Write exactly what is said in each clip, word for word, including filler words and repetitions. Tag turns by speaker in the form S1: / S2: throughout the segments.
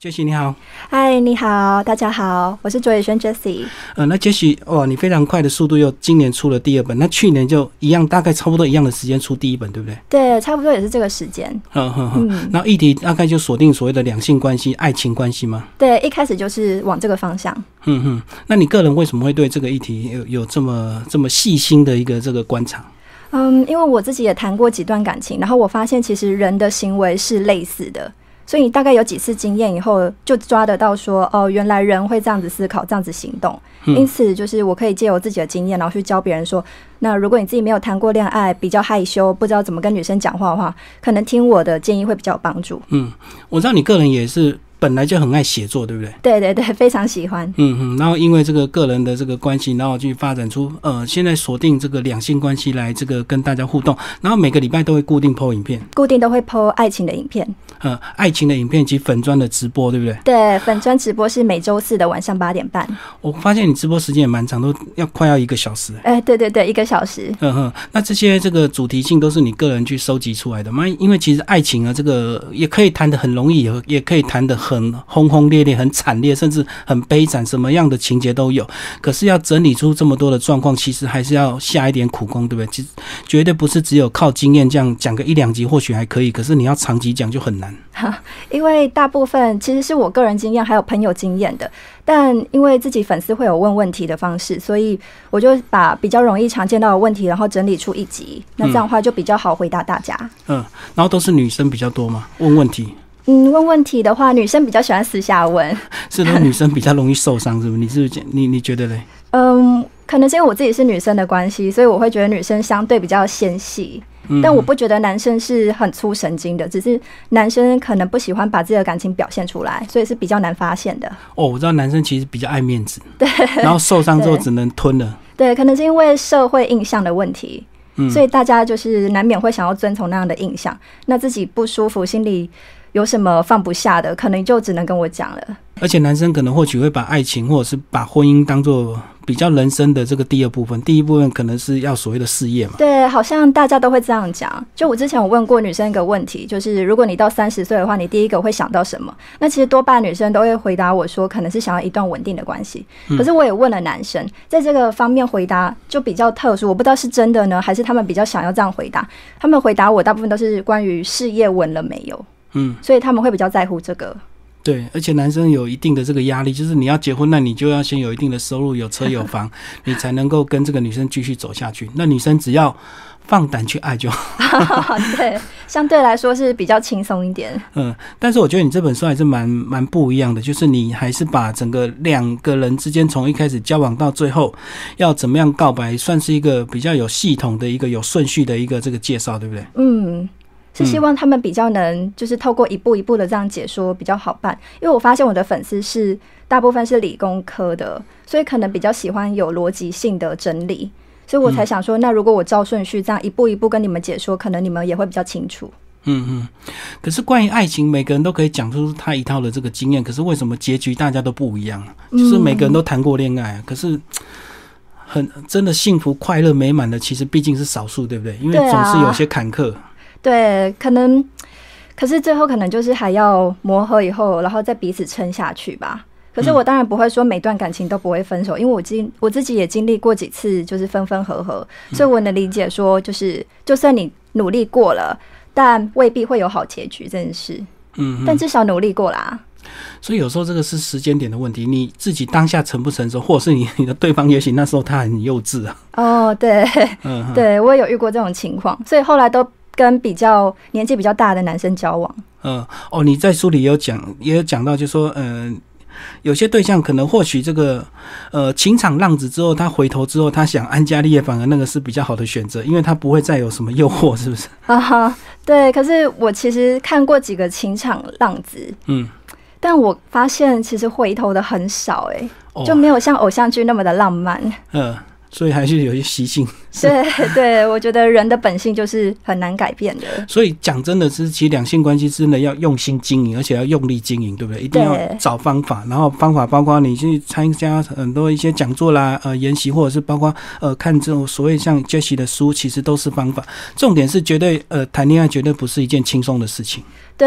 S1: Jessie 你好。
S2: 嗨，你好，大家好，我是卓宇轩 Jessie。
S1: 呃，那 Jessie 哇，你非常快的速度又今年出了第二本，那去年就一样，大概差不多一样的时间出第一本，对不对？
S2: 对，差不多也是这个时间。
S1: 嗯哼哼，然后议题大概就锁定所谓的两性关系、爱情关系吗？
S2: 对，一开始就是往这个方向。
S1: 嗯哼，那你个人为什么会对这个议题有有这么这么细心的一个这个观察？
S2: 嗯，因为我自己也谈过几段感情，然后我发现其实人的行为是类似的。所以你大概有几次经验以后，就抓得到说，哦，原来人会这样子思考，这样子行动。嗯、因此，就是我可以借由自己的经验，然后去教别人说，那如果你自己没有谈过恋爱，比较害羞，不知道怎么跟女生讲话的话，可能听我的建议会比较有帮助。
S1: 嗯，我知道你个人也是本来就很爱写作，对不对？
S2: 对对对，非常喜欢。
S1: 嗯嗯，然后因为这个个人的这个关系，然后去发展出呃，现在锁定这个两性关系来这个跟大家互动，然后每个礼拜都会固定 po 影片，
S2: 固定都会 po 爱情的影片。
S1: 呃，爱情的影片及粉专的直播，对不对？
S2: 对，粉专直播是每周四的晚上八点半。我
S1: 发现你直播时间也蛮长，都要快要一个小时。
S2: 哎、欸，对对对，一个小时。
S1: 嗯哼，那这些这个主题性都是你个人去收集出来的吗？因为其实爱情啊，这个也可以谈得很容易，也可以谈得很轰轰烈烈、很惨烈，甚至很悲惨，什么样的情节都有。可是要整理出这么多的状况，其实还是要下一点苦功，对不对？其实绝对不是只有靠经验这样讲个一两集或许还可以，可是你要长集讲就很难。
S2: 因为大部分其实是我个人经验还有朋友经验的，但因为自己粉丝会有问问题的方式，所以我就把比较容易常见到的问题然后整理出一集，那这样的话就比较好回答大家。嗯，
S1: 然后都是女生比较多吗？问问题？
S2: 嗯，问问题的话，女生比较喜欢私下问。
S1: 是的，女生比较容易受伤，是不是？你是不是你你觉得嘞？
S2: 嗯，可能是因为我自己是女生的关系，所以我会觉得女生相对比较纤细。但我不觉得男生是很粗神经的，只是男生可能不喜欢把自己的感情表现出来，所以是比较难发现的。
S1: 哦，我知道男生其实比较爱面子，对，然后受伤之后只能吞了。
S2: 对，可能是因为社会印象的问题，嗯，所以大家就是难免会想要遵从那样的印象，那自己不舒服，心里有什么放不下的，可能就只能跟我讲了。
S1: 而且男生可能或许会把爱情或者是把婚姻当作比较人生的这个第二部分，第一部分可能是要所谓的事业嘛。
S2: 对，好像大家都会这样讲。就我之前有问过女生一个问题，就是如果你到三十岁的话，你第一个会想到什么？那其实多半女生都会回答我说，可能是想要一段稳定的关系。可是我也问了男生，在这个方面回答就比较特殊，我不知道是真的呢，还是他们比较想要这样回答。他们回答我大部分都是关于事业稳了没有，嗯，所以他们会比较在乎这个。
S1: 对，而且男生有一定的这个压力，就是你要结婚，那你就要先有一定的收入，有车有房，你才能够跟这个女生继续走下去。那女生只要放胆去爱就好。
S2: 对，相对来说是比较轻松一点。
S1: 嗯，但是我觉得你这本书还是蛮蛮不一样的，就是你还是把整个两个人之间从一开始交往到最后要怎么样告白，算是一个比较有系统的一个有顺序的一个这个介绍，对不对？
S2: 嗯。是希望他们比较能就是透过一步一步的这样解说比较好办，因为我发现我的粉丝是大部分是理工科的，所以可能比较喜欢有逻辑性的整理，所以我才想说，那如果我照顺序这样一步一步跟你们解说，可能你们也会比较清楚。
S1: 嗯嗯，可是关于爱情，每个人都可以讲出他一套的这个经验，可是为什么结局大家都不一样？就是每个人都谈过恋爱，可是很真的幸福快乐美满的，其实毕竟是少数，对不对？因为总是有些坎坷。
S2: 对，可能，可是最后可能就是还要磨合以后，然后再彼此撑下去吧。可是我当然不会说每段感情都不会分手，因为我经我自己也经历过几次就是分分合合，所以我能理解说，就是就算你努力过了，但未必会有好结局这件事。嗯，但至少努力过啦。
S1: 所以有时候这个是时间点的问题，你自己当下成不成熟，或者是你你的对方也许那时候他很幼稚啊。
S2: 哦，对，嗯，对我也有遇过这种情况，所以后来都跟比较年纪比较大的男生交往。
S1: 嗯，哦，你在书里也有讲，也有讲到，就是说，嗯、呃，有些对象可能或许这个，呃，情场浪子之后，他回头之后，他想安家立业，反而那个是比较好的选择，因为他不会再有什么诱惑，是不是？
S2: 啊哈，对。可是我其实看过几个情场浪子，嗯，但我发现其实回头的很少、欸，哎、哦，就没有像偶像剧那么的浪漫。
S1: 嗯。所以还是有些习性，
S2: 对对，我觉得人的本性就是很难改变的。
S1: 所以讲真的是，其实两性关系真的要用心经营，而且要用力经营，对不对？一定要找方法，然后方法包括你去参加很多一些讲座啦、呃研习，或者是包括呃看这种所谓像 Jessie 的书，其实都是方法。重点是绝对呃谈恋爱绝对不是一件轻松的事情。
S2: 对，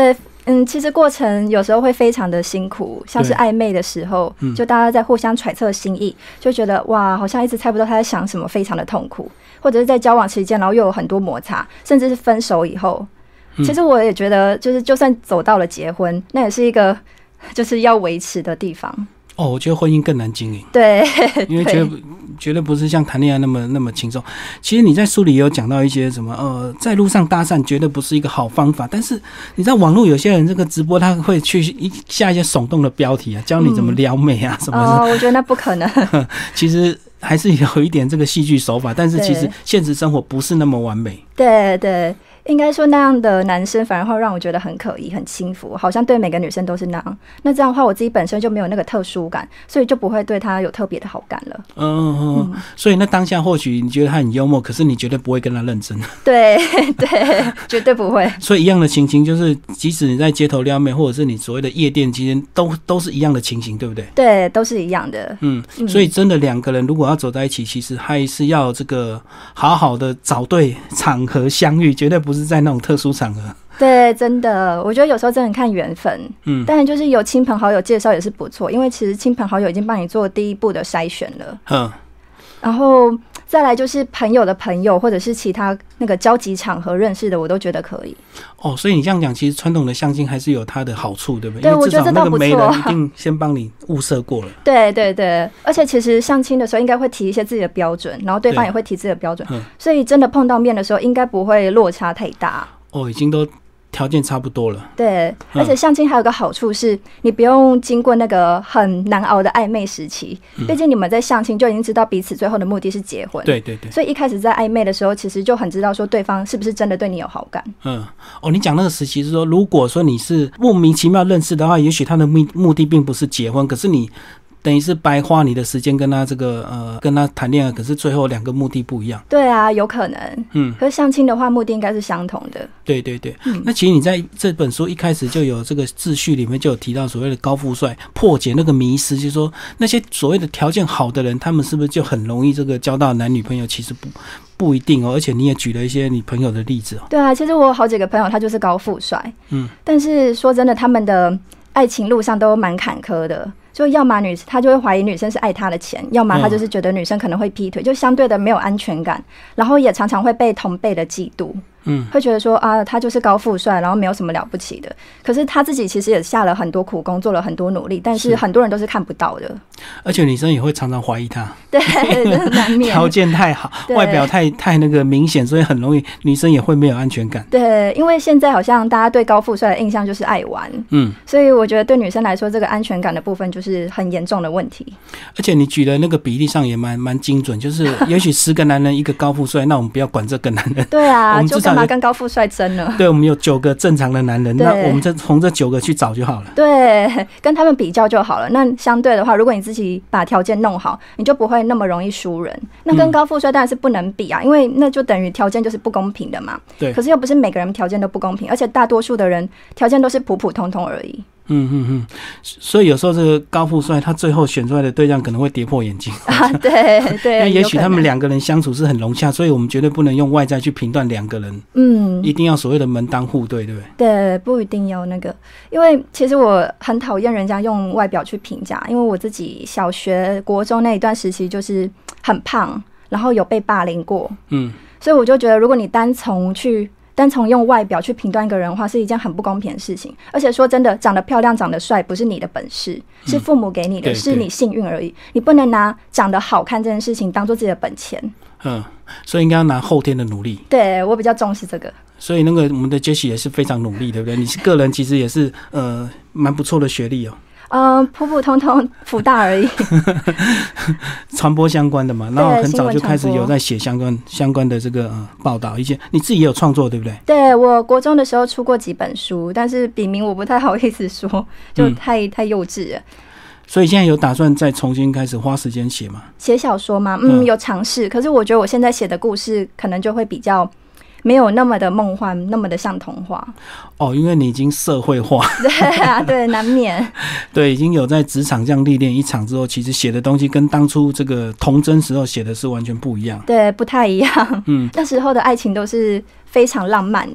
S2: 嗯，其实过程有时候会非常的辛苦，像是暧昧的时候，就大家在互相揣测心意，就觉得哇，好像一直猜不到他在想什么，非常的痛苦。或者是在交往期间，然后又有很多摩擦，甚至是分手以后，其实我也觉得，就是就算走到了结婚，那也是一个就是要维持的地方。
S1: 哦，我觉得婚姻更难经营，
S2: 对，
S1: 因为绝对绝对不是像谈恋爱那么那么轻松。其实你在书里也有讲到一些什么，呃，在路上搭讪绝对不是一个好方法。但是你在网络有些人这个直播，他会去下一些耸动的标题啊，教你怎么撩妹啊、嗯、什么的。
S2: 哦，我觉得那不可能。
S1: 其实还是有一点这个戏剧手法，但是其实现实生活不是那么完美。
S2: 对对。应该说那样的男生反而会让我觉得很可疑很轻浮，好像对每个女生都是那样。那这样的话我自己本身就没有那个特殊感，所以就不会对他有特别的好感了。嗯
S1: 嗯嗯。所以那当下或许你觉得他很幽默，可是你绝对不会跟他认真。
S2: 对对，绝对不会。
S1: 所以一样的情形就是，即使你在街头撩妹，或者是你所谓的夜店期间，都都是一样的情形，对不对？
S2: 对，都是一样的。
S1: 嗯，所以真的两个人如果要走在一起，其实还是要这个好好的找对场合相遇，绝对不是在那种特殊场合。
S2: 对，真的，我觉得有时候真的看缘分。嗯，当然就是有亲朋好友介绍也是不错，因为其实亲朋好友已经帮你做第一步的筛选了。嗯，然后再来就是朋友的朋友，或者是其他那个交集场合认识的，我都觉得可以。
S1: 哦，所以你这样讲，其实传统的相亲还是有它的好处，对不对？
S2: 对，我觉得这倒不错。
S1: 因为至少那个媒人一定先帮你物色过了。
S2: 对对对，而且其实相亲的时候应该会提一些自己的标准，然后对方也会提自己的标准，所以真的碰到面的时候，应该不会落差太大。
S1: 哦，已经都条件差不多了。
S2: 对，而且相亲还有个好处是，你不用经过那个很难熬的暧昧时期。嗯、毕竟你们在相亲就已经知道彼此最后的目的是结婚。
S1: 对对对。
S2: 所以一开始在暧昧的时候，其实就很知道说对方是不是真的对你有好感。
S1: 嗯，哦，你讲那个时期是说，如果说你是莫名其妙认识的话，也许他的目目的并不是结婚，可是你等于是白花你的时间跟他这个呃跟他谈恋爱，可是最后两个目的不一样。
S2: 对啊，有可能。嗯，可是相亲的话，目的应该是相同的。
S1: 对对对。嗯，那其实你在这本书一开始就有这个秩序里面就有提到所谓的高富帅，破解那个迷思，就是说那些所谓的条件好的人，他们是不是就很容易这个交到男女朋友？其实不不一定哦。而且你也举了一些你朋友的例子哦。
S2: 对啊，其实我有好几个朋友，他就是高富帅。嗯，但是说真的，他们的爱情路上都蛮坎坷的。就要么女他就会怀疑女生是爱他的钱，要么他就是觉得女生可能会劈腿，就相对的没有安全感，然后也常常会被同辈的嫉妒。嗯，会觉得说啊，他就是高富帅，然后没有什么了不起的。可是他自己其实也下了很多苦功，做了很多努力，但是很多人都是看不到的。
S1: 而且女生也会常常怀疑他，
S2: 对，真的难免。
S1: 条件太好，外表太太那个明显，所以很容易女生也会没有安全感。
S2: 对，因为现在好像大家对高富帅的印象就是爱玩，嗯，所以我觉得对女生来说，这个安全感的部分就是很严重的问题。
S1: 而且你举的那个比例上也蛮蛮精准，就是也许十个男人一个高富帅，那我们不要管这个男人。
S2: 对啊，我们至少干嘛跟高富帅争呢？
S1: 对，我们有九个正常的男人，那我们这从这九个去找就好了。
S2: 对，跟他们比较就好了。那相对的话，如果你自己把条件弄好，你就不会那么容易输人。那跟高富帅当然是不能比啊，因为那就等于条件就是不公平的嘛。对。可是又不是每个人条件都不公平，而且大多数的人条件都是普普通通而已。
S1: 嗯嗯嗯，所以有时候这个高富帅他最后选出来的对象可能会跌破眼镜
S2: 啊，对对，
S1: 因为也许他们两个人相处是很融洽，所以我们绝对不能用外在去评断两个人，嗯，一定要所谓的门当户对，对不对？
S2: 对，不一定要那个，因为其实我很讨厌人家用外表去评价，因为我自己小学、国中那一段时期就是很胖，然后有被霸凌过，嗯，所以我就觉得，如果你单从去。单从用外表去评断一个人的话，是一件很不公平的事情。而且说真的，长得漂亮、长得帅不是你的本事，是父母给你的，嗯、是你幸运而已。你不能拿长得好看这件事情当做自己的本钱。嗯，
S1: 所以应该要拿后天的努力。
S2: 对，我比较重视这个。
S1: 所以那个我们的 Jessie 也是非常努力，对不对？你是个人其实也是呃蛮不错的学历哦。
S2: 嗯，普普通通辅大而已，
S1: 传播相关的嘛，然后很早就开始有在写相关相关的这个、呃、报道，一些你自己也有创作，对不对？
S2: 对，我国中的时候出过几本书，但是笔名我不太好意思说，就太、嗯、太幼稚了。
S1: 所以现在有打算再重新开始花时间写吗？
S2: 写小说吗？嗯，嗯有尝试，可是我觉得我现在写的故事可能就会比较。没有那么的梦幻，那么的像童话
S1: 哦，因为你已经社会化，
S2: 对啊，对，难免，
S1: 对，已经有在职场这样历练一场之后，其实写的东西跟当初这个童真时候写的是完全不一样，
S2: 对，不太一样，嗯，那时候的爱情都是非常浪漫的，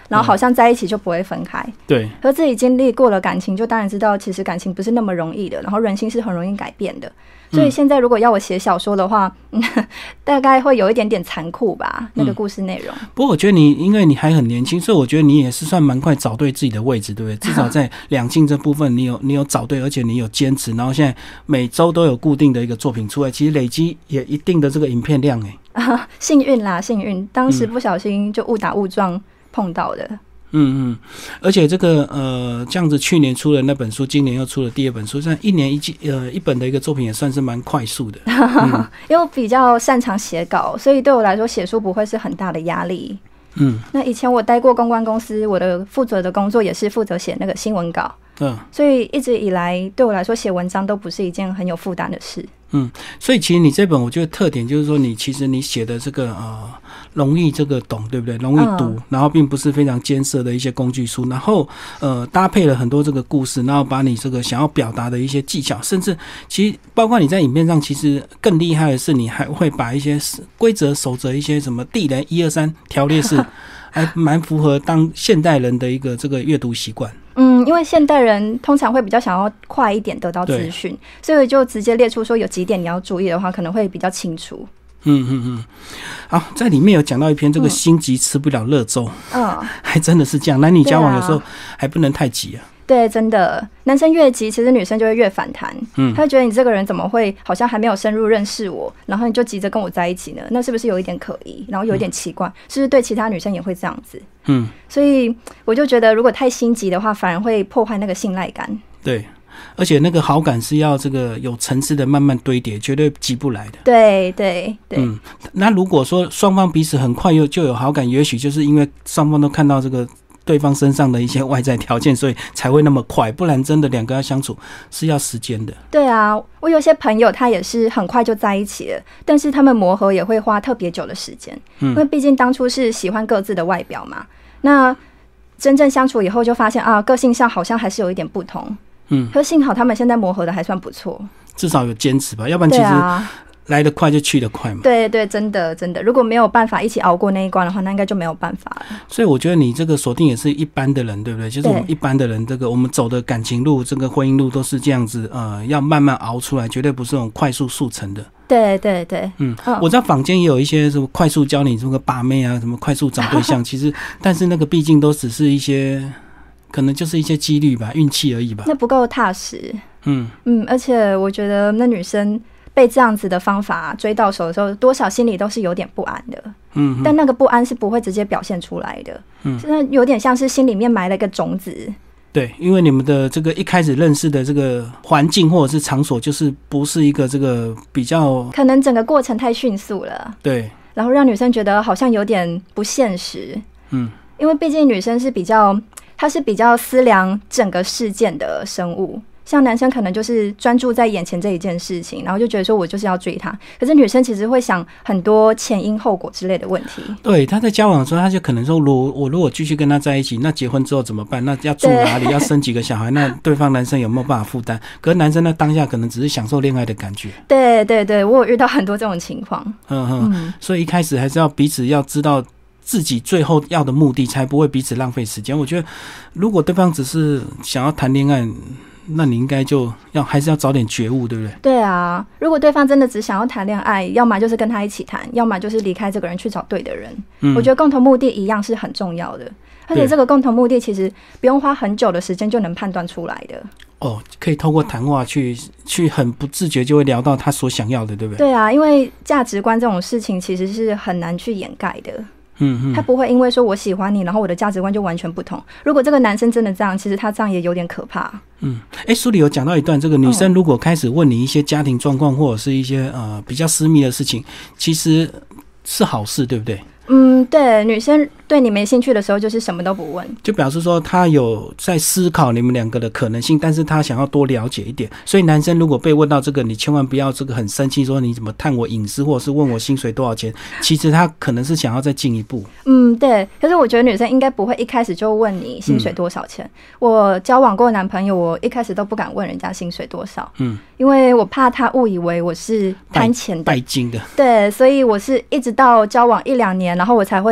S2: 然后好像在一起就不会分开。
S1: 对，
S2: 可自己经历过了感情，就当然知道其实感情不是那么容易的，然后人心是很容易改变的。所以现在如果要我写小说的话，嗯、大概会有一点点残酷吧，那个故事内容。嗯、
S1: 不过我觉得你，因为你还很年轻，所以我觉得你也是算蛮快找对自己的位置，对不对？至少在两性这部分，你有你有找对，而且你有坚持，然后现在每周都有固定的一个作品出来，其实累积也一定的这个影片量哎、欸
S2: 啊。幸运啦，幸运，当时不小心就误打误撞碰到的。
S1: 嗯嗯，而且这个呃，这样子，去年出了那本书，今年又出了第二本书，这样一年一季呃一本的一个作品，也算是蛮快速的。嗯、
S2: 因为我比较擅长写稿，所以对我来说写书不会是很大的压力。嗯，那以前我待过公关公司，我的负责的工作也是负责写那个新闻稿。嗯，所以一直以来对我来说，写文章都不是一件很有负担的事。
S1: 嗯，所以其实你这本我觉得特点就是说，你其实你写的这个呃容易这个懂，对不对？容易读，嗯、然后并不是非常艰涩的一些工具书，然后呃搭配了很多这个故事，然后把你这个想要表达的一些技巧，甚至其实包括你在影片上，其实更厉害的是你还会把一些规则守则一些什么地雷一二三条列式，还蛮符合当现代人的一个这个阅读习惯。
S2: 嗯，因为现代人通常会比较想要快一点得到资讯，所以就直接列出说有几点你要注意的话，可能会比较清楚。
S1: 嗯嗯嗯，好，在里面有讲到一篇这个心急吃不了热粥，嗯，还真的是这样，男女交往有时候还不能太急啊。
S2: 对，真的，男生越急，其实女生就会越反弹。嗯，他会觉得你这个人怎么会好像还没有深入认识我，然后你就急着跟我在一起呢？那是不是有一点可疑？然后有一点奇怪，嗯、是不是对其他女生也会这样子？嗯，所以我就觉得，如果太心急的话，反而会破坏那个信赖感。
S1: 对。而且那个好感是要这个有层次的慢慢堆叠，绝对急不来的。
S2: 对对对。嗯，
S1: 那如果说双方彼此很快又就有好感，也许就是因为双方都看到这个对方身上的一些外在条件，所以才会那么快，不然真的两个要相处是要时间的。
S2: 对啊，我有些朋友他也是很快就在一起了，但是他们磨合也会花特别久的时间，嗯，因为毕竟当初是喜欢各自的外表嘛，那真正相处以后就发现啊，个性上好像还是有一点不同。嗯，可幸好他们现在磨合的还算不错，
S1: 至少有坚持吧，要不然其实来得快就去得快嘛。
S2: 对对，真的真的，如果没有办法一起熬过那一关的话，那应该就没有办法了。
S1: 所以我觉得你这个锁定也是一般的人，对不对？就是我们一般的人，这个我们走的感情路，这个婚姻路都是这样子，呃，要慢慢熬出来，绝对不是那种快速速成的。
S2: 对对对，
S1: 嗯，哦、我知道坊间也有一些什么快速教你这个把妹啊，什么快速找对象，其实但是那个毕竟都只是一些。可能就是一些几率吧，运气而已吧。
S2: 那不够踏实。嗯嗯，而且我觉得那女生被这样子的方法追到手的时候，多少心里都是有点不安的。嗯，但那个不安是不会直接表现出来的。嗯，那有点像是心里面埋了一个种子。
S1: 对，因为你们的这个一开始认识的这个环境或者是场所，就是不是一个这个比较，
S2: 可能整个过程太迅速了。
S1: 对，
S2: 然后让女生觉得好像有点不现实。嗯，因为毕竟女生是比较。他是比较思量整个事件的生物，像男生可能就是专注在眼前这一件事情，然后就觉得说我就是要追他。可是女生其实会想很多前因后果之类的问题。
S1: 对，他在交往的时候，他就可能说，如我如果继续跟他在一起，那结婚之后怎么办？那要住哪里？要生几个小孩？那对方男生有没有办法负担？可是男生呢，当下可能只是享受恋爱的感觉。
S2: 对对对，我有遇到很多这种情况。
S1: 嗯嗯，所以一开始还是要彼此要知道。自己最后要的目的，才不会彼此浪费时间。我觉得，如果对方只是想要谈恋爱，那你应该就要还是要早点觉悟，对不对？
S2: 对啊，如果对方真的只想要谈恋爱，要么就是跟他一起谈，要么就是离开这个人去找对的人。嗯，我觉得共同目的一样是很重要的，而且这个共同目的其实不用花很久的时间就能判断出来的。哦，
S1: 可以透过谈话去去很不自觉就会聊到他所想要的，对不对？
S2: 对啊，因为价值观这种事情其实是很难去掩盖的。嗯嗯，他不会因为说我喜欢你，然后我的价值观就完全不同。如果这个男生真的这样，其实他这样也有点可怕。
S1: 嗯，哎、欸，书里有讲到一段，这个女生如果开始问你一些家庭状况或者是一些呃比较私密的事情，其实是好事，对不对？
S2: 嗯，对，女生对你没兴趣的时候，就是什么都不问，
S1: 就表示说她有在思考你们两个的可能性，但是她想要多了解一点。所以男生如果被问到这个，你千万不要这个很生气，说你怎么探我隐私，或者是问我薪水多少钱。其实他可能是想要再进一步。
S2: 嗯，对。可是我觉得女生应该不会一开始就问你薪水多少钱。嗯、我交往过的男朋友，我一开始都不敢问人家薪水多少，嗯，因为我怕他误以为我是贪钱的、
S1: 拜金的。
S2: 对，所以我是一直到交往一两年。然后我才会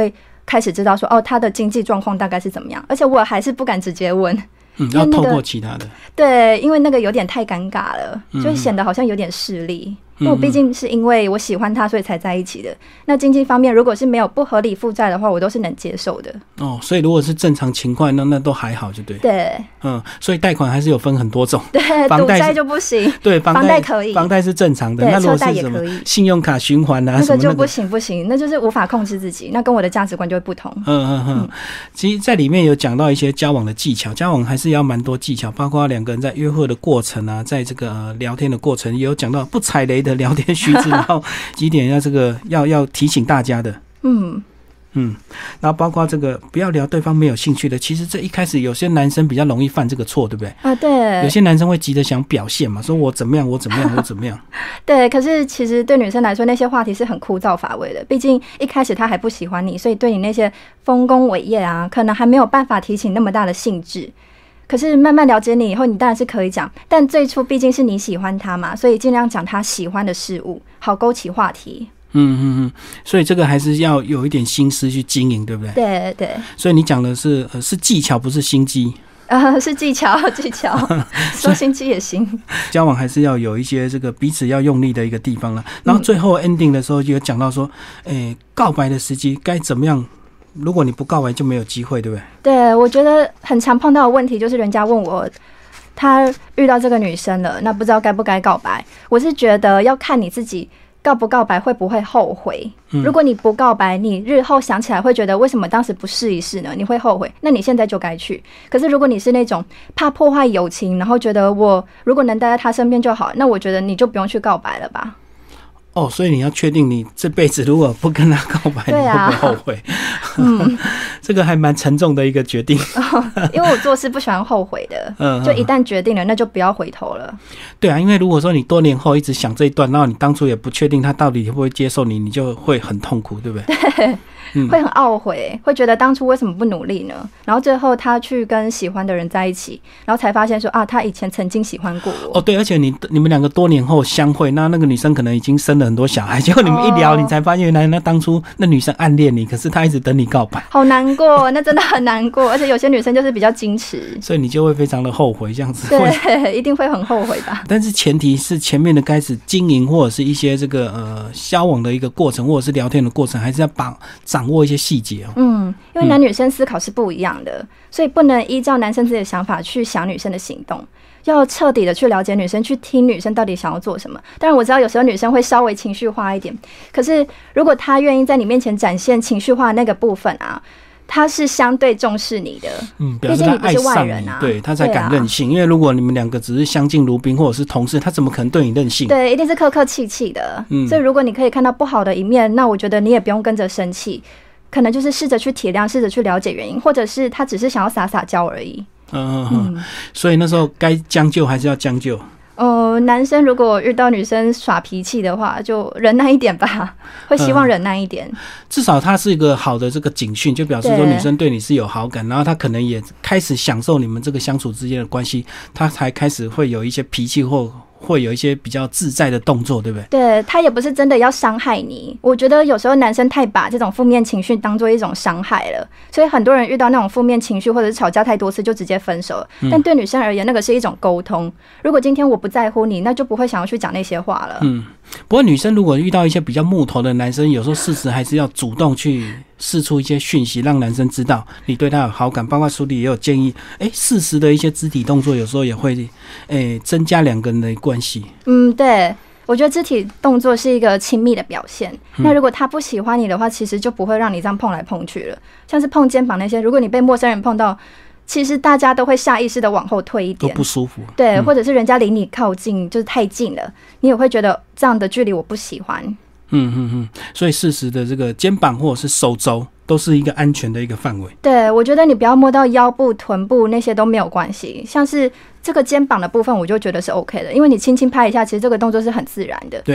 S2: 开始知道说，哦，他的经济状况大概是怎么样，而且我还是不敢直接问。
S1: 嗯，要透过其他的。
S2: 对，因为那个有点太尴尬了，
S1: 嗯、
S2: 就显得好像有点势利。因为我毕竟是因为我喜欢他，所以才在一起的。那经济方面，如果是没有不合理负债的话，我都是能接受的。
S1: 哦，所以如果是正常情况，那那都还好，就对。
S2: 对，
S1: 嗯，所以贷款还是有分很多种。
S2: 对，
S1: 房贷
S2: 赌债就不行。
S1: 对，房
S2: 贷可以，
S1: 房贷是正常的。
S2: 对，
S1: 那如果是
S2: 车贷也可以，
S1: 信用卡循环啊，
S2: 那个就不
S1: 行
S2: 不行，那就是无法控制自己，那跟我的价值观就会不同。
S1: 嗯嗯嗯，其实在里面有讲到一些交往的技巧，交往还是要蛮多技巧，包括两个人在约会的过程啊，在这个、呃、聊天的过程，也有讲到不踩雷的聊天须知。然后几点要这个要要提醒大家的，嗯嗯，然后包括这个不要聊对方没有兴趣的，其实这一开始有些男生比较容易犯这个错，对不对？
S2: 啊，对，
S1: 有些男生会急着想表现嘛，说我怎么样，我怎么样，我怎么样。
S2: 对，可是其实对女生来说，那些话题是很枯燥乏味的，毕竟一开始他还不喜欢你，所以对你那些丰功伟业啊，可能还没有办法提起那么大的兴致。可是慢慢了解你以后，你当然是可以讲，但最初毕竟是你喜欢他嘛，所以尽量讲他喜欢的事物，好勾起话题。
S1: 嗯嗯嗯，所以这个还是要有一点心思去经营，对不对？
S2: 对对。
S1: 所以你讲的是呃是技巧，不是心机。
S2: 呃，是技巧，技巧，说心机也行。
S1: 交往还是要有一些这个彼此要用力的一个地方了。然后最后 ending 的时候就有讲到说，诶、欸，告白的时机该怎么样？如果你不告白就没有机会，对不对？
S2: 对，我觉得很常碰到的问题就是人家问我，他遇到这个女生了，那不知道该不该告白。我是觉得要看你自己告不告白会不会后悔。嗯、如果你不告白，你日后想起来会觉得为什么当时不试一试呢？你会后悔，那你现在就该去。可是如果你是那种怕破坏友情，然后觉得我如果能待在他身边就好，那我觉得你就不用去告白了吧。
S1: 哦，所以你要确定你这辈子如果不跟他告白，你会不会后悔？嗯，这个还蛮沉重的一个决定。
S2: 哦，因为我做事不喜欢后悔的，嗯，就一旦决定了，那就不要回头了。
S1: 对啊，因为如果说你多年后一直想这一段，然后你当初也不确定他到底会不会接受你，你就会很痛苦，对不对？
S2: 对。嗯、会很懊悔，会觉得当初为什么不努力呢？然后最后他去跟喜欢的人在一起，然后才发现说啊，他以前曾经喜欢过我。
S1: 哦，对，而且你你们两个多年后相会，那那个女生可能已经生了很多小孩，结果你们一聊，哦、你才发现原来那当初那女生暗恋你，可是她一直等你告白，
S2: 好难过，那真的很难过。而且有些女生就是比较矜持，
S1: 所以你就会非常的后悔，这样子。
S2: 对，一定会很后悔吧。
S1: 但是前提是前面的开始经营或者是一些这个呃交往的一个过程，或者是聊天的过程，还是要把掌握一些细节。
S2: 嗯，因为男女生思考是不一样的，嗯、所以不能依照男生自己的想法去想女生的行动，要彻底的去了解女生，去听女生到底想要做什么。当然我知道有时候女生会稍微情绪化一点，可是如果她愿意在你面前展现情绪化的那个部分啊，他是相对重视你的，
S1: 嗯，表示他爱上你，啊、对他才敢任性。啊、因为如果你们两个只是相敬如宾或者是同事，他怎么可能对你任性？
S2: 对，一定是客客气气的。嗯，所以如果你可以看到不好的一面，那我觉得你也不用跟着生气，可能就是试着去体谅，试着去了解原因，或者是他只是想要撒撒娇而已。
S1: 嗯嗯嗯。所以那时候该将就还是要将就。
S2: 呃，男生如果遇到女生耍脾气的话，就忍耐一点吧，会希望忍耐一点。嗯、
S1: 至少他是一个好的这个警讯，就表示说女生对你是有好感，然后他可能也开始享受你们这个相处之间的关系，他才开始会有一些脾气或会有一些比较自在的动作，对不对？
S2: 对，他也不是真的要伤害你。我觉得有时候男生太把这种负面情绪当作一种伤害了，所以很多人遇到那种负面情绪或者是吵架太多次就直接分手了。嗯、但对女生而言，那个是一种沟通。如果今天我不在乎你，那就不会想要去讲那些话了。嗯，
S1: 不过女生如果遇到一些比较木头的男生，有时候适时还是要主动去释出一些讯息，让男生知道你对他有好感。包括书里也有建议，哎，适时的一些肢体动作，有时候也会，哎，增加两个人的关系。
S2: 嗯，对，我觉得肢体动作是一个亲密的表现。嗯、那如果他不喜欢你的话，其实就不会让你这样碰来碰去了。像是碰肩膀那些，如果你被陌生人碰到，其实大家都会下意识的往后退一点，
S1: 都不舒服。
S2: 对，嗯、或者是人家离你靠近，就是太近了，你也会觉得这样的距离我不喜欢。
S1: 嗯嗯嗯，所以适时的这个肩膀或者是手肘都是一个安全的一个范围。
S2: 对，我觉得你不要摸到腰部、臀部那些都没有关系，像是这个肩膀的部分，我就觉得是 OK 的，因为你轻轻拍一下，其实这个动作是很自然的。
S1: 对。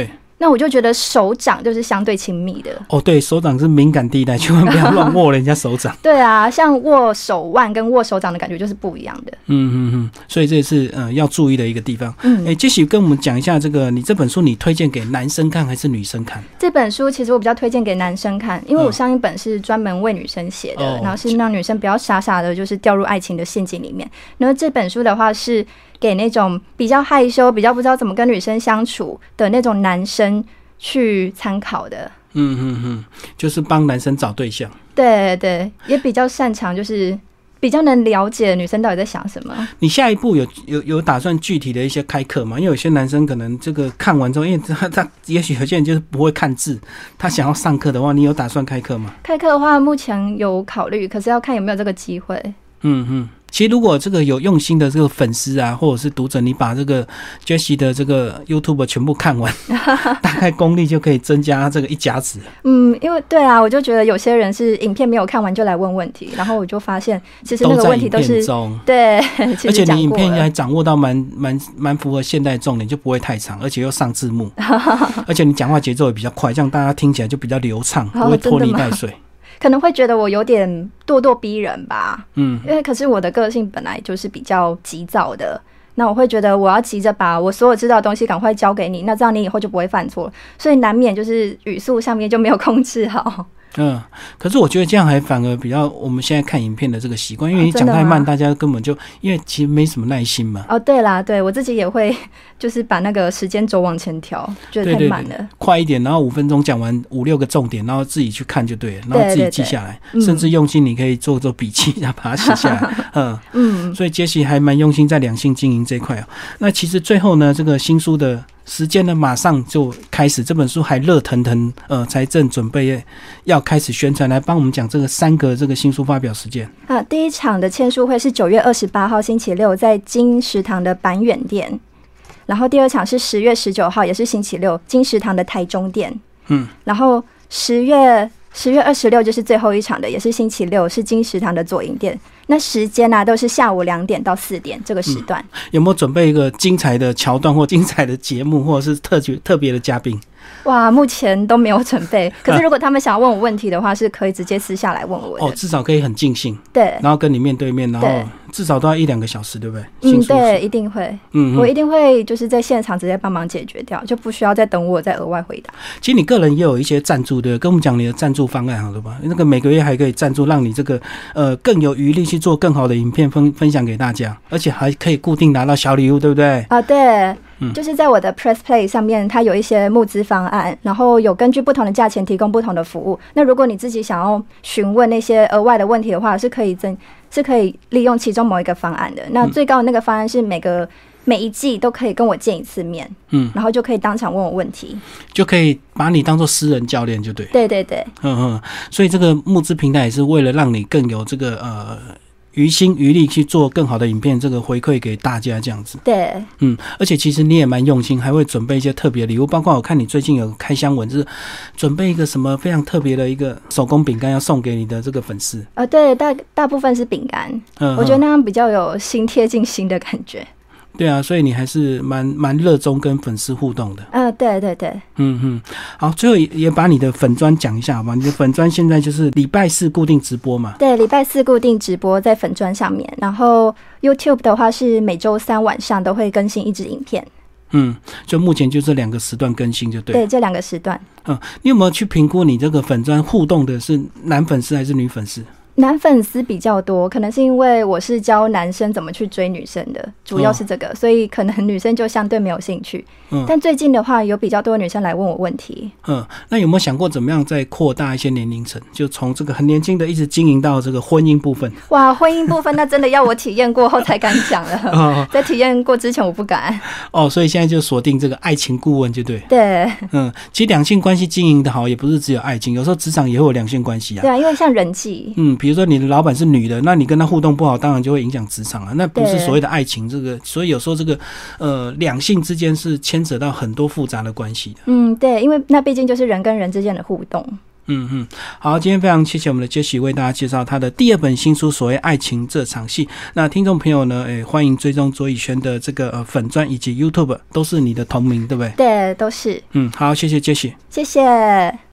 S2: 那我就觉得手掌就是相对亲密的。
S1: 哦，对，手掌是敏感地带，千万不要乱握人家手掌。
S2: 对啊，像握手腕跟握手掌的感觉就是不一样的。
S1: 嗯嗯嗯，所以这是呃要注意的一个地方。嗯，哎，杰西跟我们讲一下这个，你这本书你推荐给男生看还是女生看？
S2: 这本书其实我比较推荐给男生看，因为我上一本是专门为女生写的，嗯、然后是让女生不要傻傻的，就是掉入爱情的陷阱里面。然后这本书的话是给那种比较害羞、比较不知道怎么跟女生相处的那种男生去参考的。
S1: 嗯嗯嗯，就是帮男生找对象。
S2: 对对，也比较擅长，就是比较能了解女生到底在想什么。
S1: 你下一步有有有打算具体的一些开课吗？因为有些男生可能这个看完之后，因为他他也许有些人就是不会看字，他想要上课的话，你有打算开课吗？
S2: 开课的话，目前有考虑，可是要看有没有这个机会。
S1: 嗯嗯。其实如果这个有用心的这个粉丝啊，或者是读者，你把这个 Jessie 的这个 YouTube 全部看完，大概功力就可以增加这个一甲子。嗯，
S2: 因为对啊，我就觉得有些人是影片没有看完就来问问题，然后我就发现其实那个问题都是
S1: 都在影片中
S2: 对，
S1: 而且你影片还掌握到蛮蛮蛮符合现代重点，就不会太长，而且又上字幕，而且你讲话节奏也比较快，这样大家听起来就比较流畅，不会拖泥带水。
S2: 可能会觉得我有点咄咄逼人吧，嗯，因为可是我的个性本来就是比较急躁的，那我会觉得我要急着把我所有知道的东西赶快交给你，那这样你以后就不会犯错了，所以难免就是语速上面就没有控制好。
S1: 嗯，可是我觉得这样还反而比较我们现在看影片的这个习惯，因为你讲太慢，大家根本就因为其实没什么耐心嘛。
S2: 哦，对啦，对我自己也会就是把那个时间轴往前调，觉得太慢了，对对对，
S1: 快一点，然后五分钟讲完五六个重点，然后自己去看就对了，然后自己记下来，对对对，甚至用心你可以做做笔记，然后把它写下来。嗯嗯，所以杰西还蛮用心在两性经营这一块哦。那其实最后呢，这个新书的时间呢，马上就开始，这本书还热腾腾，呃，才正准备要开始宣传，来帮我们讲这个三个这个新书发表时间。
S2: 啊，第一场的签书会是九月二十八号星期六，在金石堂的板远店，然后第二场是十月十九号，也是星期六，金石堂的台中店。嗯，然后十月十月二十六就是最后一场的，也是星期六，是金石堂的左营店。那时间呢、啊，都是下午两点到四点这个时段、
S1: 嗯。有没有准备一个精彩的桥段或精彩的节目，或者是特特别的嘉宾？
S2: 哇，目前都没有准备。可是如果他们想要问我问题的话，是可以直接私下来问我的。
S1: 哦，至少可以很尽兴。
S2: 对，
S1: 然后跟你面对面，然后至少都要一两个小时，对不对？
S2: 嗯，对，一定会。嗯，我一定会就是在现场直接帮忙解决掉，就不需要再等我再额外回答。
S1: 其实你个人也有一些赞助，对不对？跟我们讲你的赞助方案，好了吧？那个每个月还可以赞助，让你这个呃更有余力去做更好的影片分分享给大家，而且还可以固定拿到小礼物，对不对？
S2: 啊，对。就是在我的 Press Play 上面，它有一些募资方案，然后有根据不同的价钱提供不同的服务。那如果你自己想要询问那些额外的问题的话，是可以增是可以利用其中某一个方案的。那最高的那个方案是每个每一季都可以跟我见一次面，嗯，然后就可以当场问我问题，
S1: 就可以把你当作私人教练，就对。
S2: 对对对，
S1: 嗯嗯，所以这个募资平台也是为了让你更有这个呃。余心余力去做更好的影片，这个回馈给大家这样子。
S2: 对，
S1: 嗯，而且其实你也蛮用心，还会准备一些特别礼物，包括我看你最近有开箱文，就是准备一个什么非常特别的一个手工饼干要送给你的这个粉丝。
S2: 呃，对，大大部分是饼干，嗯，我觉得那样比较有心贴近心的感觉。
S1: 对啊，所以你还是蛮蛮热衷跟粉丝互动的。
S2: 呃，对对对，
S1: 嗯嗯，好，最后也把你的粉专讲一下好吗？你的粉专现在就是礼拜四固定直播嘛？
S2: 对，礼拜四固定直播在粉专上面，然后 YouTube 的话是每周三晚上都会更新一支影片。
S1: 嗯，就目前就这两个时段更新就对。
S2: 对，这两个时段。
S1: 嗯，你有没有去评估你这个粉专互动的是男粉丝还是女粉丝？
S2: 男粉丝比较多，可能是因为我是教男生怎么去追女生的，主要是这个，哦、所以可能女生就相对没有兴趣。嗯，但最近的话，有比较多女生来问我问题。
S1: 嗯，那有没有想过怎么样再扩大一些年龄层，就从这个很年轻的一直经营到这个婚姻部分？
S2: 哇，婚姻部分那真的要我体验过后才敢讲了，哦、在体验过之前我不敢。
S1: 哦，所以现在就锁定这个爱情顾问，就对。
S2: 对，
S1: 嗯，其实两性关系经营的好，也不是只有爱情，有时候职场也会有两性关系啊。
S2: 对啊，因为像人际，
S1: 嗯。比如说你的老板是女的，那你跟她互动不好，当然就会影响职场啊。那不是所谓的爱情，这个所以有时候这个呃两性之间是牵扯到很多复杂的关系的。
S2: 嗯，对，因为那毕竟就是人跟人之间的互动。
S1: 嗯嗯，好，今天非常谢谢我们的杰西为大家介绍他的第二本新书《所谓爱情这场戏》。那听众朋友呢，诶，欢迎追踪卓以轩的这个呃粉专以及 YouTube， 都是你的同名，对不对？
S2: 对，都是。
S1: 嗯，好，谢谢杰西，
S2: 谢谢。